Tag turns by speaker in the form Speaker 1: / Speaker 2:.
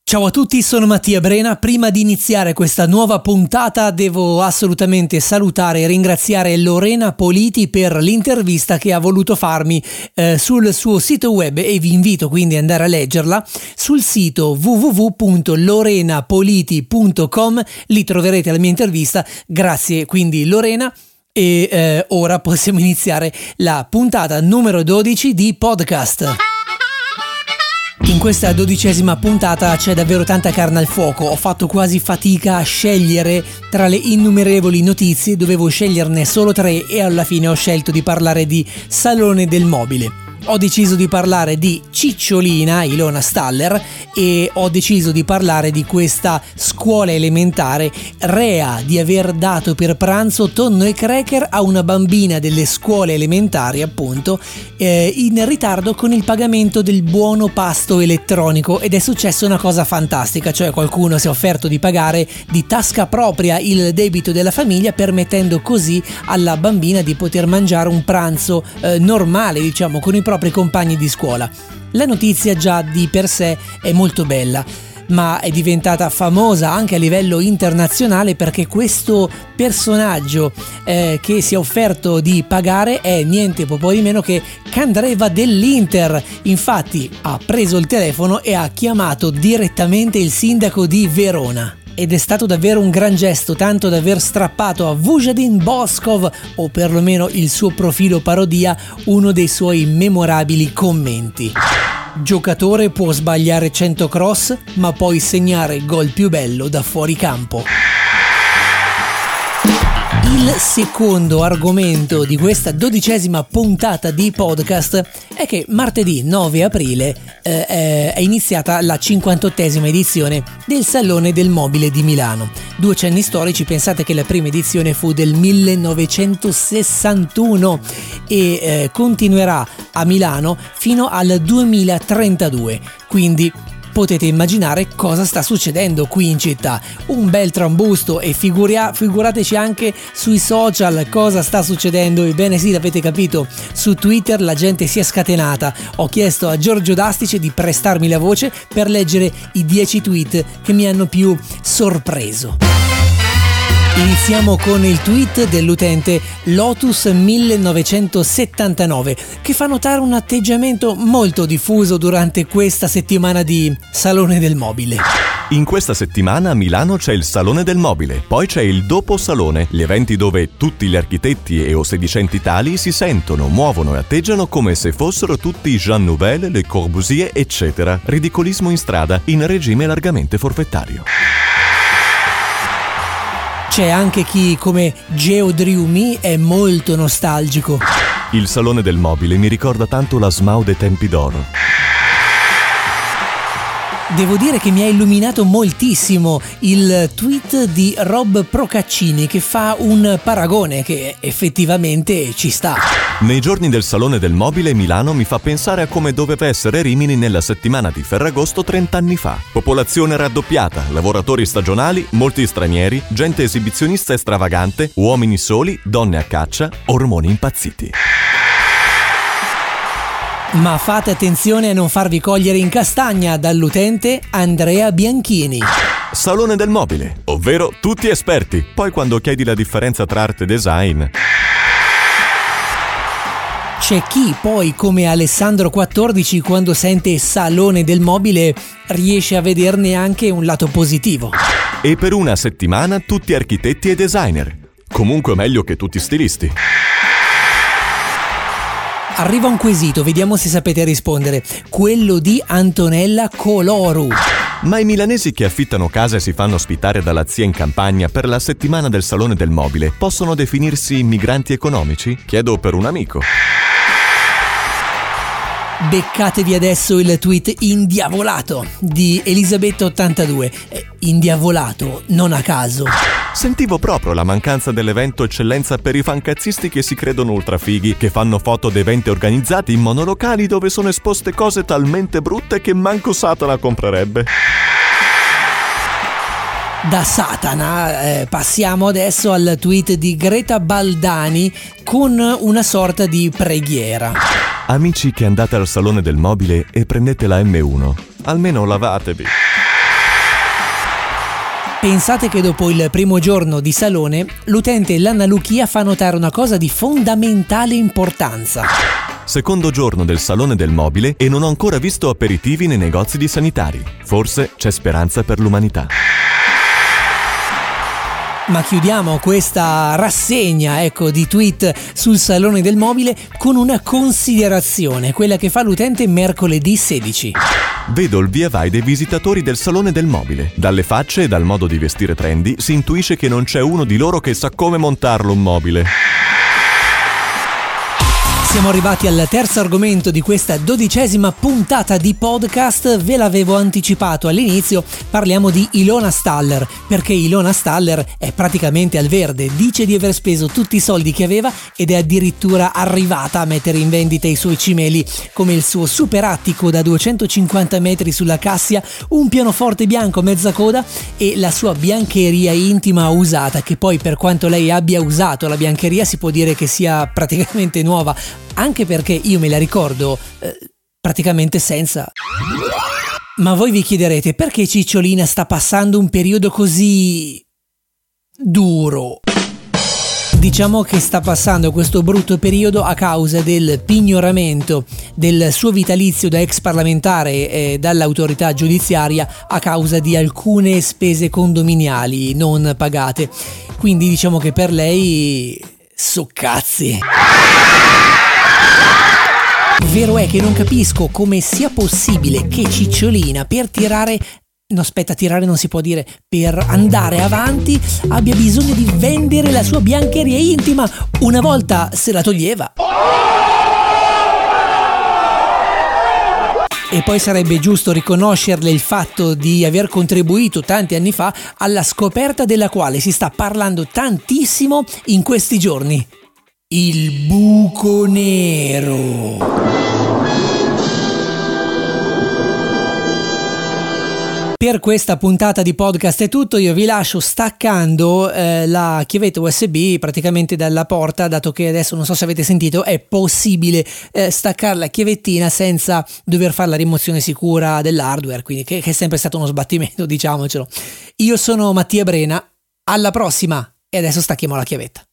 Speaker 1: Ciao a tutti, sono Mattia Brena. Prima di iniziare questa nuova puntata devo assolutamente salutare e ringraziare Lorena Politi per l'intervista che ha voluto farmi sul suo sito web, e vi invito quindi ad andare a leggerla sul sito www.lorenapoliti.com. Lì troverete la mia intervista. Grazie quindi Lorena. E ora possiamo iniziare la puntata numero 12 di podcast. In questa 12ª puntata c'è davvero tanta carne al fuoco. Ho fatto quasi fatica a scegliere tra le innumerevoli notizie, dovevo sceglierne solo 3 e alla fine ho scelto di parlare di Salone del Mobile. Ho deciso di parlare di Cicciolina, Ilona Staller, e ho deciso di parlare di questa scuola elementare rea di aver dato per pranzo tonno e cracker a una bambina delle scuole elementari, appunto, in ritardo con il pagamento del buono pasto elettronico. Ed è successa una cosa fantastica, cioè qualcuno si è offerto di pagare di tasca propria il debito della famiglia, permettendo così alla bambina di poter mangiare un pranzo normale, diciamo, con i propri compagni di scuola. La notizia già di per sé è molto bella, ma è diventata famosa anche a livello internazionale perché questo personaggio che si è offerto di pagare è niente po' di meno che Candreva dell'Inter. Infatti ha preso il telefono e ha chiamato direttamente il sindaco di Verona. Ed è stato davvero un gran gesto, tanto da aver strappato a Vujadin Boskov, o perlomeno il suo profilo parodia, uno dei suoi memorabili commenti. Giocatore può sbagliare 100 cross, ma poi segnare il gol più bello da fuori campo. Il secondo argomento di questa 12ª puntata di podcast è che martedì 9 aprile è iniziata la 58ª edizione del Salone del Mobile di Milano. 2 cenni storici, pensate che la prima edizione fu del 1961 e continuerà a Milano fino al 2032, quindi potete immaginare cosa sta succedendo qui in città. Un bel trambusto e figurateci anche sui social cosa sta succedendo. Ebbene sì, l'avete capito, su Twitter la gente si è scatenata. Ho chiesto a Giorgio Dastice di prestarmi la voce per leggere i 10 tweet che mi hanno più sorpreso. Iniziamo con il tweet dell'utente Lotus1979 che fa notare un atteggiamento molto diffuso durante questa settimana di Salone del Mobile.
Speaker 2: In questa settimana a Milano c'è il Salone del Mobile, poi c'è il Dopo Salone, gli eventi dove tutti gli architetti e o sedicenti tali si sentono, muovono e atteggiano come se fossero tutti Jean Nouvel, Le Corbusier, eccetera. Ridicolismo in strada in regime largamente forfettario.
Speaker 1: C'è anche chi, come Geodriumi, è molto nostalgico.
Speaker 2: Il Salone del Mobile mi ricorda tanto la SMAU dei tempi d'oro.
Speaker 1: Devo dire che mi ha illuminato moltissimo il tweet di Rob Procaccini che fa un paragone che effettivamente ci sta.
Speaker 2: Nei giorni del Salone del Mobile Milano mi fa pensare a come doveva essere Rimini nella settimana di Ferragosto 30 anni fa. Popolazione raddoppiata, lavoratori stagionali, molti stranieri, gente esibizionista e stravagante, uomini soli, donne a caccia, ormoni impazziti.
Speaker 1: Ma fate attenzione a non farvi cogliere in castagna dall'utente Andrea Bianchini.
Speaker 2: Salone del Mobile, ovvero tutti esperti. Poi quando chiedi la differenza tra arte e design...
Speaker 1: C'è chi poi, come Alessandro 14, quando sente Salone del Mobile, riesce a vederne anche un lato positivo.
Speaker 2: E per una settimana tutti architetti e designer. Comunque meglio che tutti stilisti.
Speaker 1: Arriva un quesito, vediamo se sapete rispondere. Quello di Antonella Coloru.
Speaker 2: Ma i milanesi che affittano casa e si fanno ospitare dalla zia in campagna per la settimana del Salone del Mobile possono definirsi migranti economici? Chiedo per un amico.
Speaker 1: Beccatevi adesso il tweet indiavolato di Elisabetta82. Indiavolato, non a caso.
Speaker 2: Sentivo proprio la mancanza dell'evento eccellenza per i fancazzisti che si credono ultrafighi, che fanno foto ad eventi organizzati in monolocali dove sono esposte cose talmente brutte che manco Satana comprerebbe.
Speaker 1: Da Satana passiamo adesso al tweet di Greta Baldani con una sorta di preghiera.
Speaker 2: Amici che andate al Salone del Mobile e prendete la M1, almeno lavatevi.
Speaker 1: Pensate che dopo il primo giorno di salone, l'utente Lanna Luchia fa notare una cosa di fondamentale importanza.
Speaker 2: Secondo giorno del Salone del Mobile e non ho ancora visto aperitivi nei negozi di sanitari. Forse c'è speranza per l'umanità.
Speaker 1: Ma chiudiamo questa rassegna, di tweet sul Salone del Mobile con una considerazione, quella che fa l'utente mercoledì 16.
Speaker 2: Vedo il via vai dei visitatori del Salone del Mobile. Dalle facce e dal modo di vestire trendy si intuisce che non c'è uno di loro che sa come montarlo un mobile.
Speaker 1: Siamo arrivati al terzo argomento di questa 12ª puntata di podcast. Ve l'avevo anticipato all'inizio, parliamo di Ilona Staller, perché Ilona Staller è praticamente al verde, dice di aver speso tutti i soldi che aveva ed è addirittura arrivata a mettere in vendita i suoi cimeli, come il suo super attico da 250 metri sulla Cassia, un pianoforte bianco a mezza coda e la sua biancheria intima usata, che poi per quanto lei abbia usato la biancheria si può dire che sia praticamente nuova, anche perché io me la ricordo praticamente senza. Ma voi vi chiederete perché Cicciolina sta passando un periodo così duro? Diciamo che sta passando questo brutto periodo a causa del pignoramento del suo vitalizio da ex parlamentare dall'autorità giudiziaria a causa di alcune spese condominiali non pagate. Quindi diciamo che per lei soccazzi. Vero è che non capisco come sia possibile che Cicciolina per tirare non si può dire, per andare avanti abbia bisogno di vendere la sua biancheria intima. Una volta se la toglieva. E poi sarebbe giusto riconoscerle il fatto di aver contribuito tanti anni fa alla scoperta della quale si sta parlando tantissimo in questi giorni. Il buco nero. Per questa puntata di podcast è tutto, io vi lascio staccando la chiavetta USB praticamente dalla porta, dato che adesso non so se avete sentito è possibile staccare la chiavettina senza dover fare la rimozione sicura dell'hardware, quindi che è sempre stato uno sbattimento, diciamocelo. Io sono Mattia Brena, alla prossima e adesso stacchiamo la chiavetta.